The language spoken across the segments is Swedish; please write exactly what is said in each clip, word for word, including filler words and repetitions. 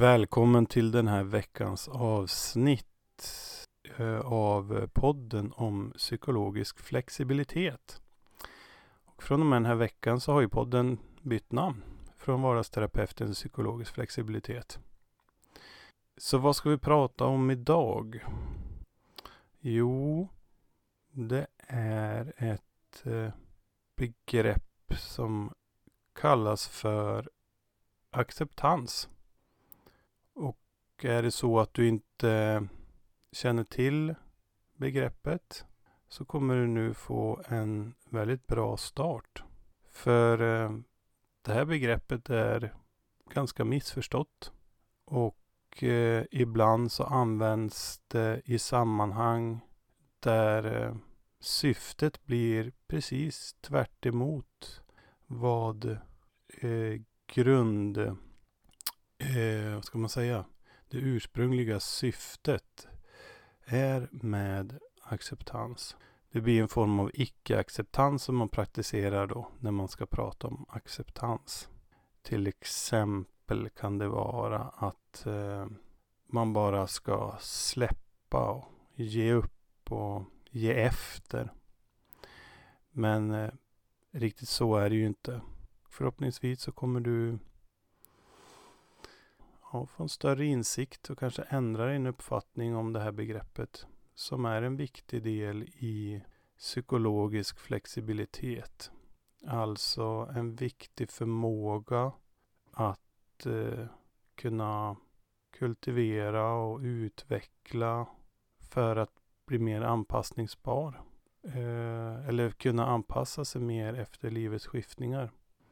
Välkommen till den här veckans avsnitt av podden om psykologisk flexibilitet. Och från och med den här veckan så har ju podden bytt namn från vardagsterapeuten till psykologisk flexibilitet. Så vad ska vi prata om idag? Jo, det är ett begrepp som kallas för acceptans. Och är det så att du inte känner till begreppet så kommer du nu få en väldigt bra start. För eh, det här begreppet är ganska missförstått och eh, ibland så används det i sammanhang där eh, syftet blir precis tvärt emot vad eh, grund eh, vad ska man säga det ursprungliga syftet är med acceptans. Det blir en form av icke-acceptans som man praktiserar då när man ska prata om acceptans. Till exempel kan det vara att eh, man bara ska släppa och ge upp och ge efter. Men eh, riktigt så är det ju inte. Förhoppningsvis så kommer du ja, få en större insikt och kanske ändra din uppfattning om det här begreppet som är en viktig del i psykologisk flexibilitet. Alltså en viktig förmåga att eh, kunna kultivera och utveckla för att bli mer anpassningsbar. Eh, eller kunna anpassa sig mer efter livets skiftningar.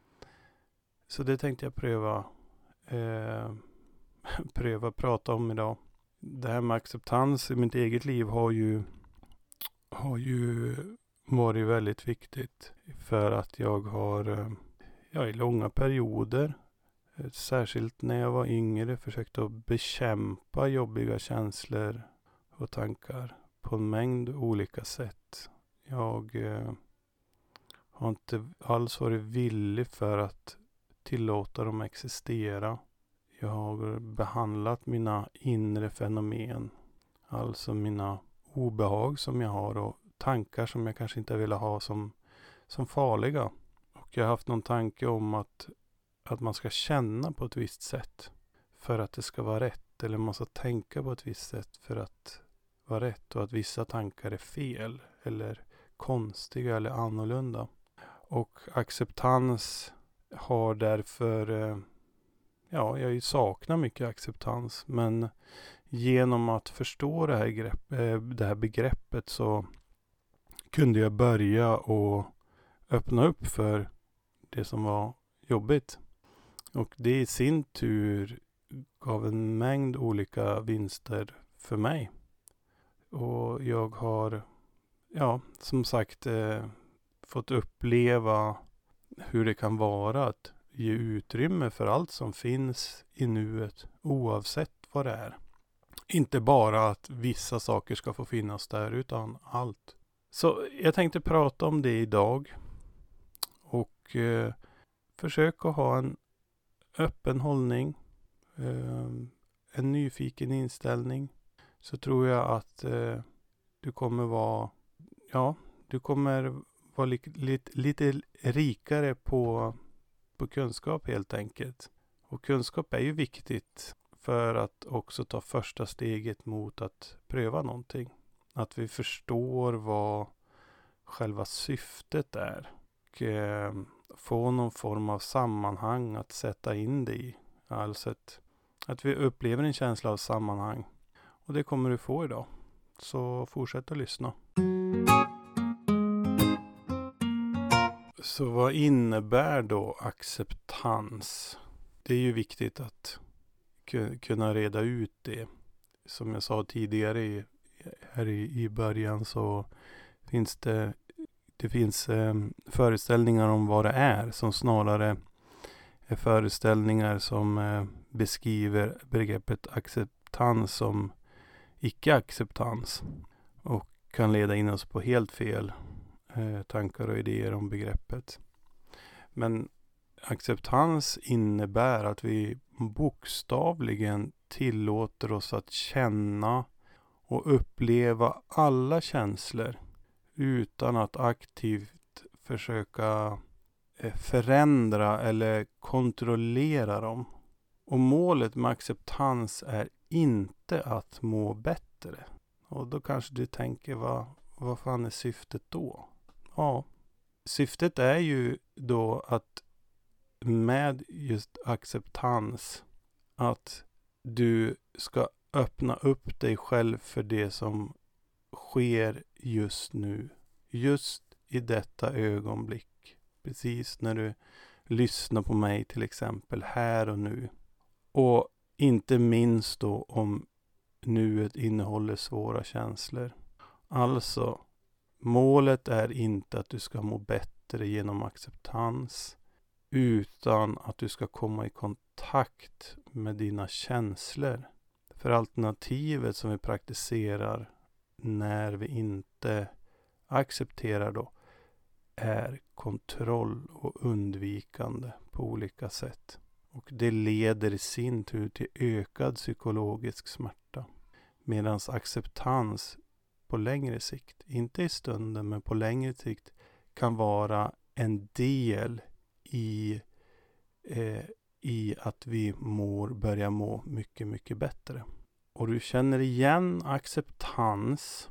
Så det tänkte jag pröva eh, pröva prata om idag. Det här med acceptans i mitt eget liv har ju har ju varit väldigt viktigt för att jag har ja, i långa perioder, särskilt när jag var yngre, försökt att bekämpa jobbiga känslor och tankar på en mängd olika sätt. Jag eh, har inte alls varit villig för att tillåta dem existera. Jag har behandlat mina inre fenomen, alltså mina obehag som jag har och tankar som jag kanske inte vill ha som, som farliga. Och jag har haft någon tanke om att, att man ska känna på ett visst sätt för att det ska vara rätt. Eller man ska tänka på ett visst sätt för att vara rätt och att vissa tankar är fel eller konstiga eller annorlunda. Och acceptans har därför... Ja, jag saknar mycket acceptans, men genom att förstå det här, grepp, det här begreppet så kunde jag börja och öppna upp för det som var jobbigt. Och det i sin tur gav en mängd olika vinster för mig. Och jag har, ja, som sagt, eh, fått uppleva hur det kan vara att ge utrymme för allt som finns i nuet oavsett vad det är. Inte bara att vissa saker ska få finnas där utan allt. Så jag tänkte prata om det idag och eh, försöka ha en öppen hållning, eh, en nyfiken inställning. Så tror jag att eh, du kommer vara, ja, du kommer vara li- li- lite rikare på på kunskap helt enkelt. Och kunskap är ju viktigt för att också ta första steget mot att pröva någonting. Att vi förstår vad själva syftet är. Och eh, få någon form av sammanhang att sätta in det i. Alltså att, att vi upplever en känsla av sammanhang. Och det kommer du få idag. Så fortsätt att lyssna. Så vad innebär då acceptans? Det är ju viktigt att kunna reda ut det. Som jag sa tidigare i, här i, i början så finns det, det finns eh, föreställningar om vad det är som snarare är föreställningar som eh, beskriver begreppet acceptans som icke-acceptans och kan leda in oss på helt fel tankar och idéer om begreppet. Men acceptans innebär att vi bokstavligen tillåter oss att känna och uppleva alla känslor utan att aktivt försöka förändra eller kontrollera dem. Och målet med acceptans är inte att må bättre. Och då kanske du tänker, vad, vad fan är syftet då? Ja, syftet är ju då att med just acceptans att du ska öppna upp dig själv för det som sker just nu. Just i detta ögonblick. Precis när du lyssnar på mig till exempel, här och nu. Och inte minst då om nuet innehåller svåra känslor. Alltså, målet är inte att du ska må bättre genom acceptans, utan att du ska komma i kontakt med dina känslor. För alternativet som vi praktiserar när vi inte accepterar då är kontroll och undvikande på olika sätt. Och det leder i sin tur till ökad psykologisk smärta. Medan acceptans på längre sikt, inte i stunden men på längre sikt, kan vara en del i, eh, i att vi mår, börjar må mycket, mycket bättre. Och du känner igen acceptans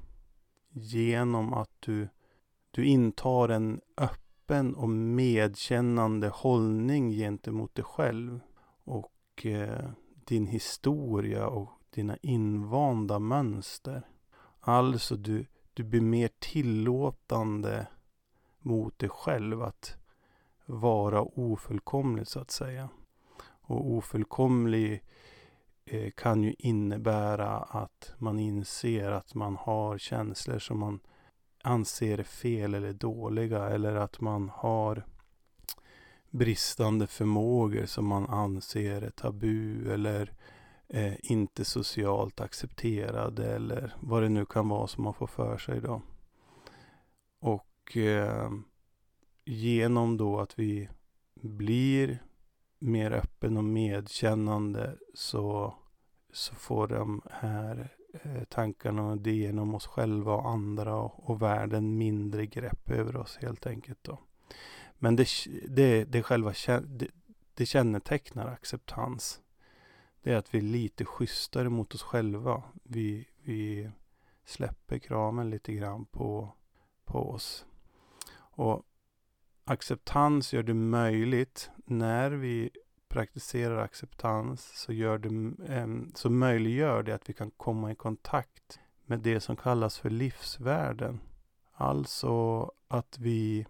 genom att du, du intar en öppen och medkännande hållning gentemot dig själv och eh, din historia och dina invanda mönster. Alltså du, du blir mer tillåtande mot dig själv att vara ofullkomlig så att säga. Och ofullkomlig eh, kan ju innebära att man inser att man har känslor som man anser är fel eller dåliga, eller att man har bristande förmågor som man anser är tabu eller eh, inte socialt accepterade, eller vad det nu kan vara som man får för sig då. Och eh, genom då att vi blir mer öppen och medkännande så, så får de här eh, tankarna och idéerna om oss själva och andra och, och världen mindre grepp över oss helt enkelt då. Men det, det, det själva det, det kännetecknar acceptans. Det är att vi är lite schysstare mot oss själva. Vi, vi släpper kramen lite grann på, på oss. Och acceptans gör det möjligt, när vi praktiserar acceptans så, gör det, så möjliggör det att vi kan komma i kontakt med det som kallas för livsvärden. Alltså att vi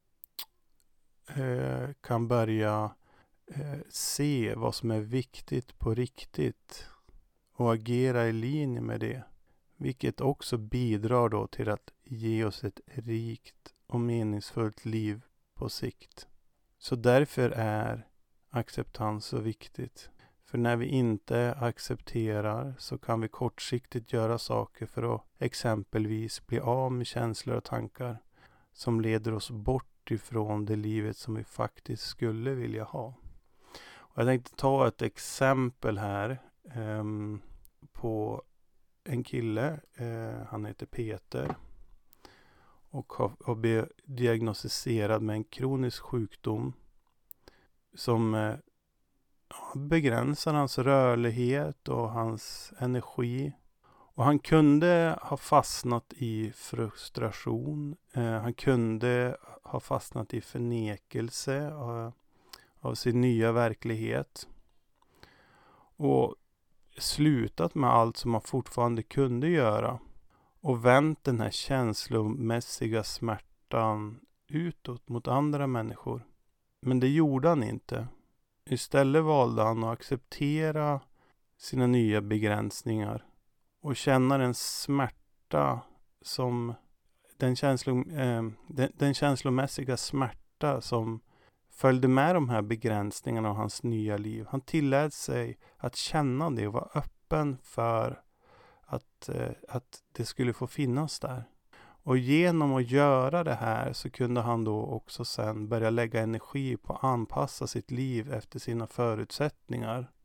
eh, kan börja eh, se vad som är viktigt på riktigt och agera i linje med det. Vilket också bidrar då till att ge oss ett rikt och meningsfullt liv på sikt. Så därför är acceptans så viktigt. För när vi inte accepterar så kan vi kortsiktigt göra saker för att exempelvis bli av med känslor och tankar som leder oss bort ifrån det livet som vi faktiskt skulle vilja ha. Och jag tänkte ta ett exempel här eh, på en kille. Eh, han heter Peter. Och har, har blivit diagnostiserad med en kronisk sjukdom som eh, begränsar hans rörlighet och hans energi. Och han kunde ha fastnat i frustration. Eh, han kunde ha fastnat i förnekelse av, av sin nya verklighet. Och slutat med allt som han fortfarande kunde göra. Och vänt den här känslomässiga smärtan utåt mot andra människor. Men det gjorde han inte. Istället valde han att acceptera sina nya begränsningar. Och känna den smärta som den, känslo, eh, den, den känslomässiga smärta som följde med de här begränsningarna av hans nya liv. Han tillät sig att känna det och vara öppen för Att, eh, att det skulle få finnas där. Och genom att göra det här så kunde han då också sen börja lägga energi på att anpassa sitt liv efter sina förutsättningar.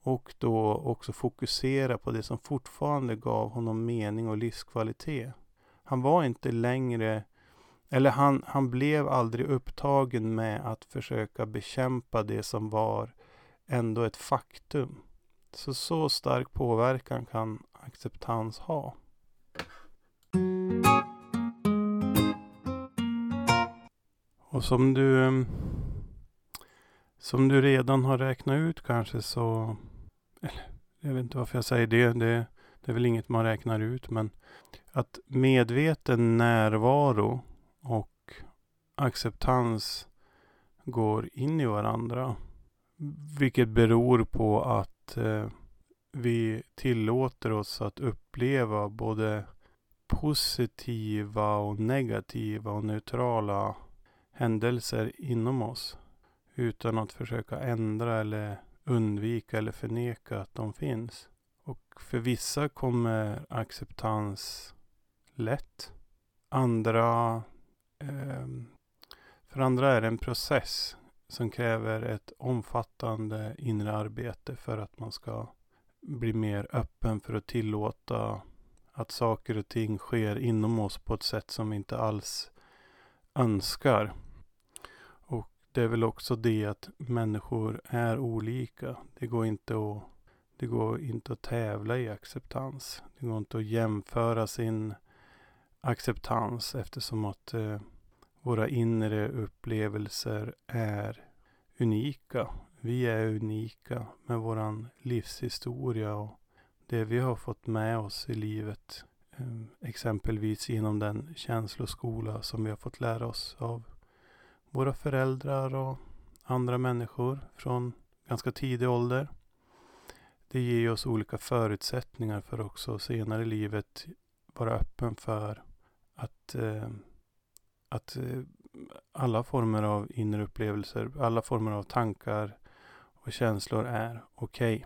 och då också fokusera på det som fortfarande gav honom mening och livskvalitet. Han var inte längre, eller han, han blev aldrig upptagen med att försöka bekämpa det som var ändå ett faktum. Så så stark påverkan kan acceptans ha. Och som du som du redan har räknat ut kanske så, eller jag vet inte varför jag säger det, det, det är väl inget man räknar ut, men att medveten närvaro och acceptans går in i varandra. Vilket beror på att eh, vi tillåter oss att uppleva både positiva och negativa och neutrala händelser inom oss. Utan att försöka ändra eller undvika eller förneka att de finns. Och för vissa kommer acceptans lätt. Andra, eh, för andra är det en process som kräver ett omfattande inre arbete för att man ska bli mer öppen för att tillåta att saker och ting sker inom oss på ett sätt som vi inte alls önskar. Och det är väl också det att människor är olika. Det går inte att, det går inte att tävla i acceptans. Det går inte att jämföra sin acceptans eftersom att eh, våra inre upplevelser är unika. Vi är unika med våran livshistoria och det vi har fått med oss i livet. Exempelvis genom den känsloskola som vi har fått lära oss av våra föräldrar och andra människor från ganska tidig ålder. Det ger oss olika förutsättningar för också senare i livet vara öppen för att, eh, att eh, alla former av inre upplevelser, alla former av tankar och känslor är okej.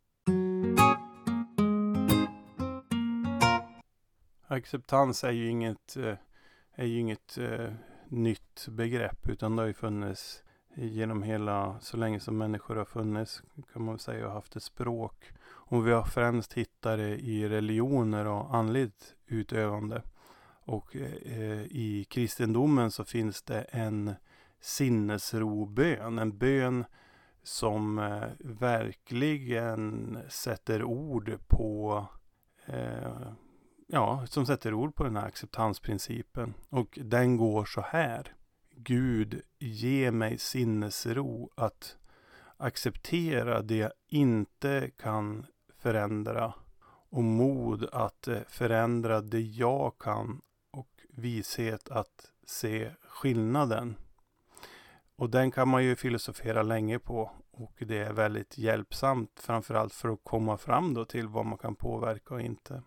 Acceptans är ju inget, är ju inget eh, nytt begrepp, utan det har ju funnits genom hela, så länge som människor har funnits kan man säga, och haft ett språk. Och vi har främst hittat det i religioner och andligt utövande. Och eh, i kristendomen så finns det en sinnesrobön, en bön som eh, verkligen sätter ord på eh, ja, som sätter ord på den här acceptansprincipen. Och den går så här: Gud, ge mig sinnesro att acceptera det jag inte kan förändra och mod att förändra det jag kan och vishet att se skillnaden. Och den kan man ju filosofera länge på och det är väldigt hjälpsamt, framförallt för att komma fram då till vad man kan påverka och inte.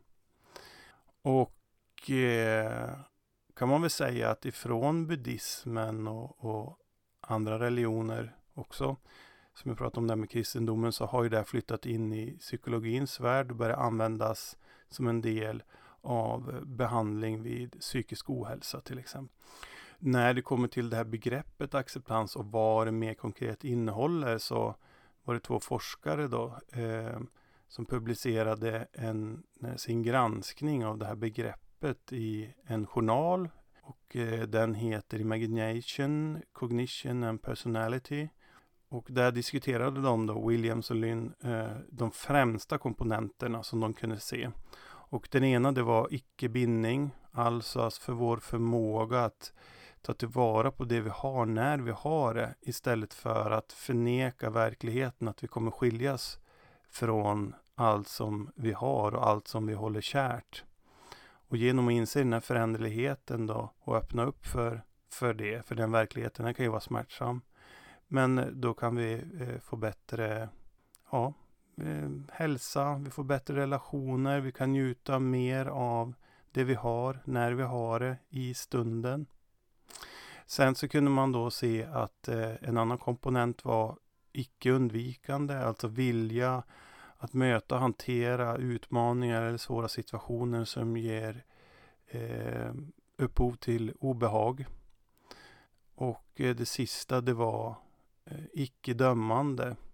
Och eh, kan man väl säga att ifrån buddhismen och, och andra religioner också, som jag pratade om där med kristendomen, så har ju det flyttat in i psykologins värld och börjat användas som en del av behandling vid psykisk ohälsa till exempel. När det kommer till det här begreppet acceptans och vad det mer konkret innehåller, så var det två forskare då eh, som publicerade en, sin granskning av det här begreppet i en journal. Och eh, den heter Imagination, Cognition and Personality. Och där diskuterade de då, Williams och Lynn, eh, de främsta komponenterna som de kunde se. Och den ena, det var icke-bindning, alltså för vår förmåga att ta tillvara på det vi har när vi har det, istället för att förneka verkligheten att vi kommer skiljas från allt som vi har och allt som vi håller kärt. Och genom att inse den här föränderligheten då och öppna upp för, för det, för den verkligheten, den kan ju vara smärtsam. Men då kan vi eh, få bättre ja, eh, hälsa, vi får bättre relationer, vi kan njuta mer av det vi har när vi har det i stunden. Sen så kunde man då se att eh, en annan komponent var icke-undvikande, alltså vilja att möta och hantera utmaningar eller svåra situationer som ger eh, upphov till obehag. Och eh, det sista, det var eh, icke-dömande,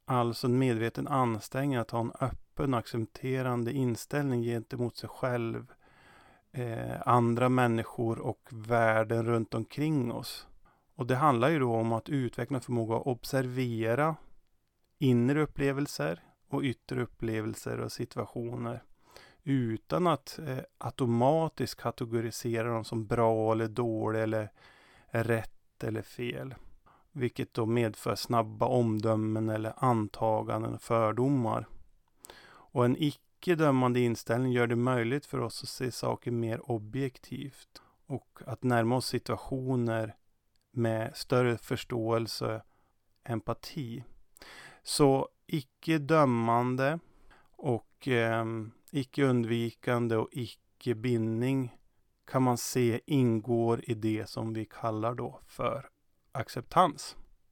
Alltså en medveten ansträngning att ha en öppen och accepterande inställning gentemot sig själv, eh, andra människor och världen runt omkring oss. Och det handlar ju då om att utveckla förmåga att observera inre upplevelser och yttre upplevelser och situationer utan att eh, automatiskt kategorisera dem som bra eller dåliga eller rätt eller fel. Vilket då medför snabba omdömen eller antaganden och fördomar. Och en icke-dömande inställning gör det möjligt för oss att se saker mer objektivt och att närma oss situationer med större förståelse, empati. Så icke-dömande och eh, icke-undvikande och icke-bindning kan man se ingår i det som vi kallar då för acceptans.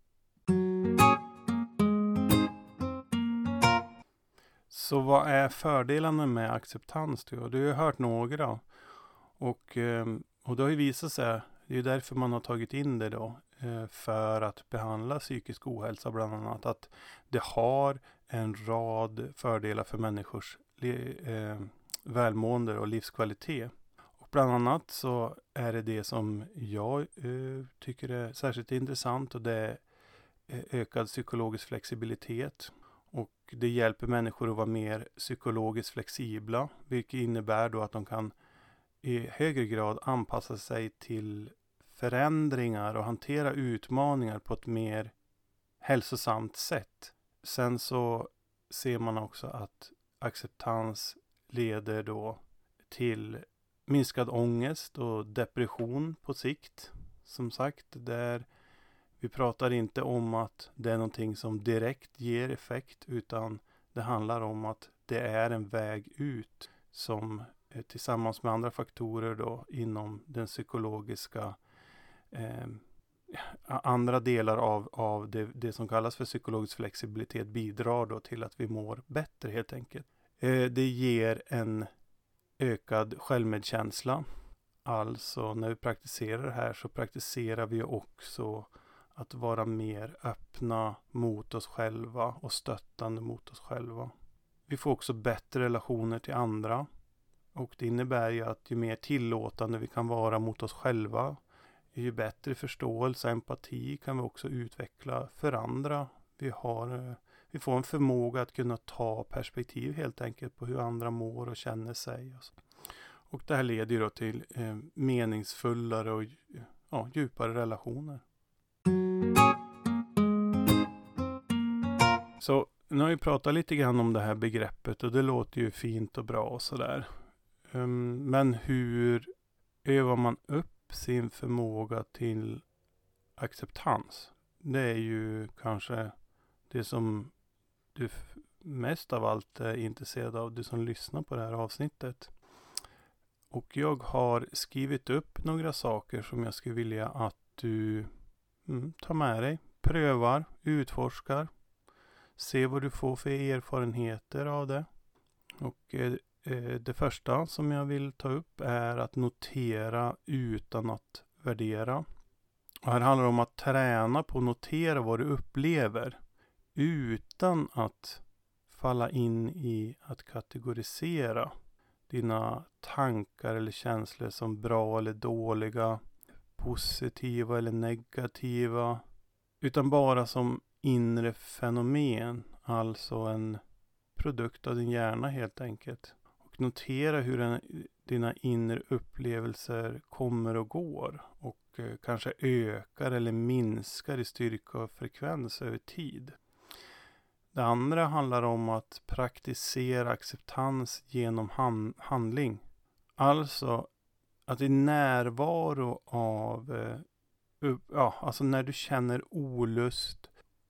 Så vad är fördelarna med acceptans då? Du har hört några. Och, och det har ju visat sig, det är därför man har tagit in det då, för att behandla psykisk ohälsa bland annat, att det har en rad fördelar för människors eh, välmående och livskvalitet. Och bland annat så är det det som jag eh, tycker är särskilt intressant, och det är ökad psykologisk flexibilitet. Och det hjälper människor att vara mer psykologiskt flexibla, vilket innebär då att de kan i högre grad anpassa sig till förändringar och hantera utmaningar på ett mer hälsosamt sätt. Sen så ser man också att acceptans leder då till minskad ångest och depression på sikt. Som sagt, där vi pratar inte om att det är någonting som direkt ger effekt, utan det handlar om att det är en väg ut som tillsammans med andra faktorer då inom den psykologiska eh, andra delar av, av det, det som kallas för psykologisk flexibilitet bidrar då till att vi mår bättre helt enkelt. Eh, det ger en ökad självmedkänsla. Alltså när vi praktiserar det här så praktiserar vi också att vara mer öppna mot oss själva och stöttande mot oss själva. Vi får också bättre relationer till andra. Och det innebär ju att ju mer tillåtande vi kan vara mot oss själva, ju bättre förståelse och empati kan vi också utveckla för andra. Vi, har, vi får en förmåga att kunna ta perspektiv helt enkelt på hur andra mår och känner sig. Och det här leder ju då till eh, meningsfullare och ja, djupare relationer. Så nu har vi pratat lite grann om det här begreppet och det låter ju fint och bra och sådär. Um, men hur övar man upp sin förmåga till acceptans? Det är ju kanske det som du mest av allt är intresserad av, du som lyssnar på det här avsnittet. Och jag har skrivit upp några saker som jag skulle vilja att du mm, tar med dig, prövar, utforskar. Se vad du får för erfarenheter av det. Och eh, det första som jag vill ta upp är att notera utan att värdera. Och här handlar det om att träna på att notera vad du upplever utan att falla in i att kategorisera dina tankar eller känslor som bra eller dåliga, positiva eller negativa, utan bara som inre fenomen, alltså en produkt av din hjärna helt enkelt. Och notera hur den, dina inre upplevelser kommer och går och eh, kanske ökar eller minskar i styrka och frekvens över tid. Det andra handlar om att praktisera acceptans genom hand, handling. Alltså att i närvaro av, eh, upp, ja, alltså när du känner olust,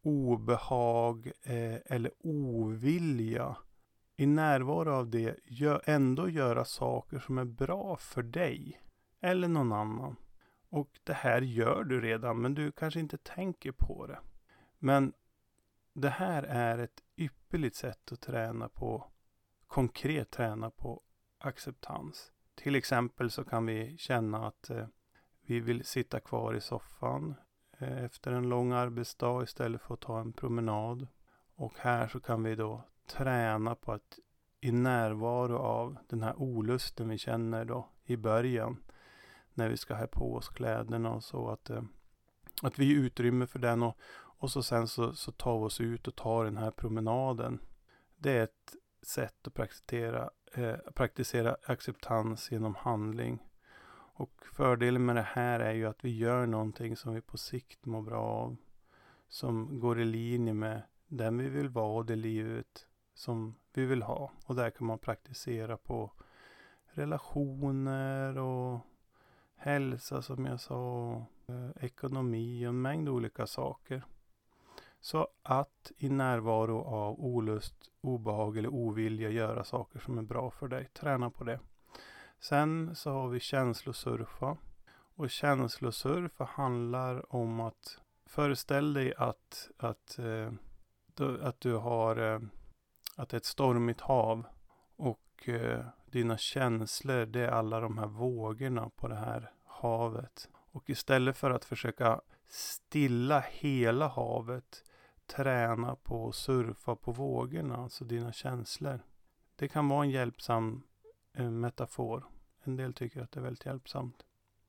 obehag eh, eller ovilja, i närvaro av det gör, ändå göra saker som är bra för dig eller någon annan. Och det här gör du redan, men du kanske inte tänker på det. Men det här är ett ypperligt sätt att träna på, konkret träna på acceptans. Till exempel så kan vi känna att eh, vi vill sitta kvar i soffan efter en lång arbetsdag istället för att ta en promenad. Och här så kan vi då träna på att i närvaro av den här olusten vi känner då i början. När vi ska ha på oss kläderna och så. Att, eh, att vi ger utrymme för den och, och så sen så, så tar vi oss ut och tar den här promenaden. Det är ett sätt att praktisera, eh, praktisera acceptans genom handling. Och fördelen med det här är ju att vi gör någonting som vi på sikt mår bra av. Som går i linje med den vi vill vara och det livet som vi vill ha. Och där kan man praktisera på relationer och hälsa som jag sa. Eh, ekonomi och en mängd olika saker. Så att i närvaro av olust, obehag eller ovilja göra saker som är bra för dig. Träna på det. Sen så har vi känslosurfa. Och känslosurfa handlar om att föreställ dig att, att, eh, du, att du har eh, att det är ett stormigt hav. Och eh, dina känslor, det är alla de här vågorna på det här havet. Och istället för att försöka stilla hela havet, träna på att surfa på vågorna, alltså dina känslor. Det kan vara en hjälpsam eh, metafor. En del tycker att det är väldigt hjälpsamt.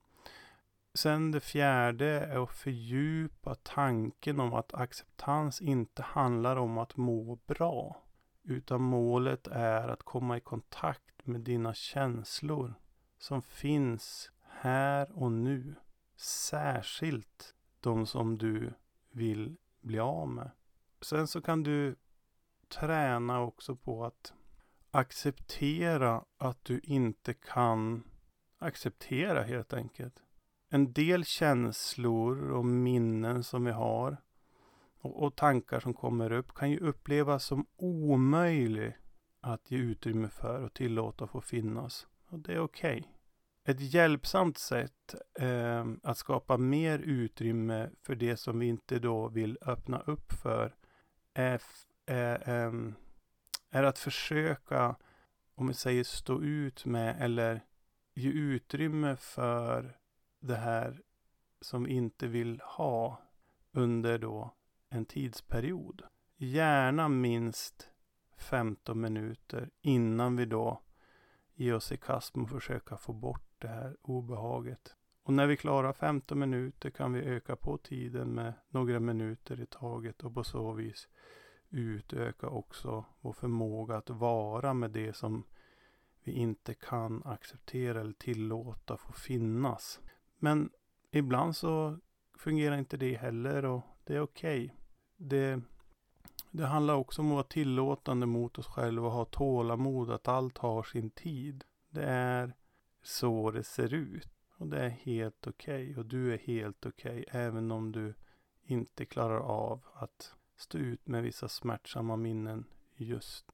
Sen det fjärde är att fördjupa tanken om att acceptans inte handlar om att må bra. Utan målet är att komma i kontakt med dina känslor som finns här och nu. Särskilt de som du vill bli av med. Sen så kan du träna också på att acceptera att du inte kan acceptera helt enkelt. En del känslor och minnen som vi har och, och tankar som kommer upp kan ju upplevas som omöjligt att ge utrymme för och tillåta att få finnas. Och det är okej. Okay. Ett hjälpsamt sätt eh, att skapa mer utrymme för det som vi inte då vill öppna upp för är, är, är, är att försöka, om vi säger stå ut med eller ge utrymme för det här som vi inte vill ha under då en tidsperiod. Gärna minst femton minuter innan vi då ger oss i kast med att försöka få bort det här obehaget. Och när vi klarar femton minuter kan vi öka på tiden med några minuter i taget och på så vis utöka också vår förmåga att vara med det som vi inte kan acceptera eller tillåta få finnas. Men ibland så fungerar inte det heller och det är okej. Okay. Det, det handlar också om att vara tillåtande mot oss själva och ha tålamod att allt har sin tid. Det är så det ser ut och det är helt okej okay. Och du är helt okej okay, även om du inte klarar av att stå ut med vissa smärtsamma minnen just.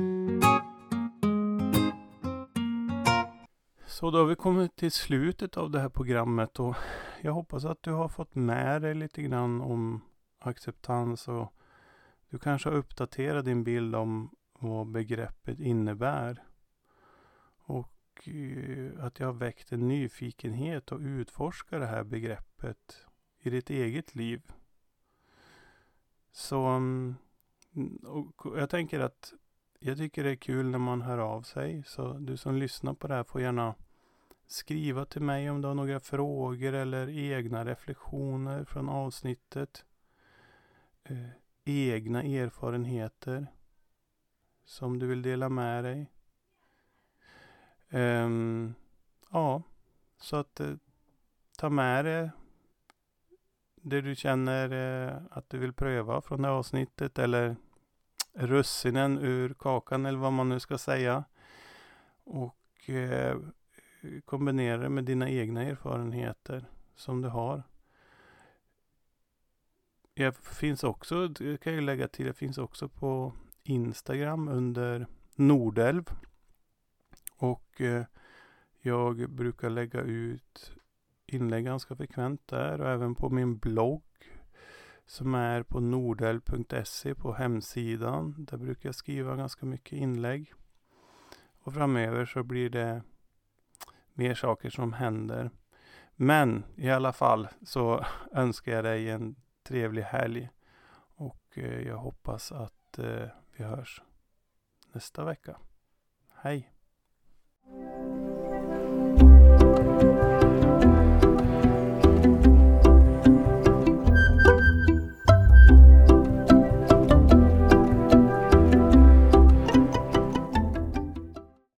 Så då har vi kommit till slutet av det här programmet och jag hoppas att du har fått med dig lite grann om acceptans och du kanske har uppdaterat din bild om vad begreppet innebär. Och att jag har väckt en nyfikenhet och utforska det här begreppet i ditt eget liv. Så och jag tänker att jag tycker det är kul när man hör av sig. Så du som lyssnar på det här får gärna skriva till mig om du har några frågor eller egna reflektioner från avsnittet. Eh, egna erfarenheter som du vill dela med dig. Um, ja, så att eh, ta med dig det du känner eh, att du vill pröva från det avsnittet eller russinen ur kakan eller vad man nu ska säga. Och eh, kombinera det med dina egna erfarenheter som du har. Jag finns också, det kan jag lägga till, jag finns också på Instagram under Nordelv. Och eh, jag brukar lägga ut inlägg ganska frekvent där och även på min blogg som är på nordelv punkt se på hemsidan. Där brukar jag skriva ganska mycket inlägg. Och framöver så blir det mer saker som händer. Men i alla fall så önskar jag dig en trevlig helg. Och jag hoppas att att eh, vi hörs nästa vecka. Hej!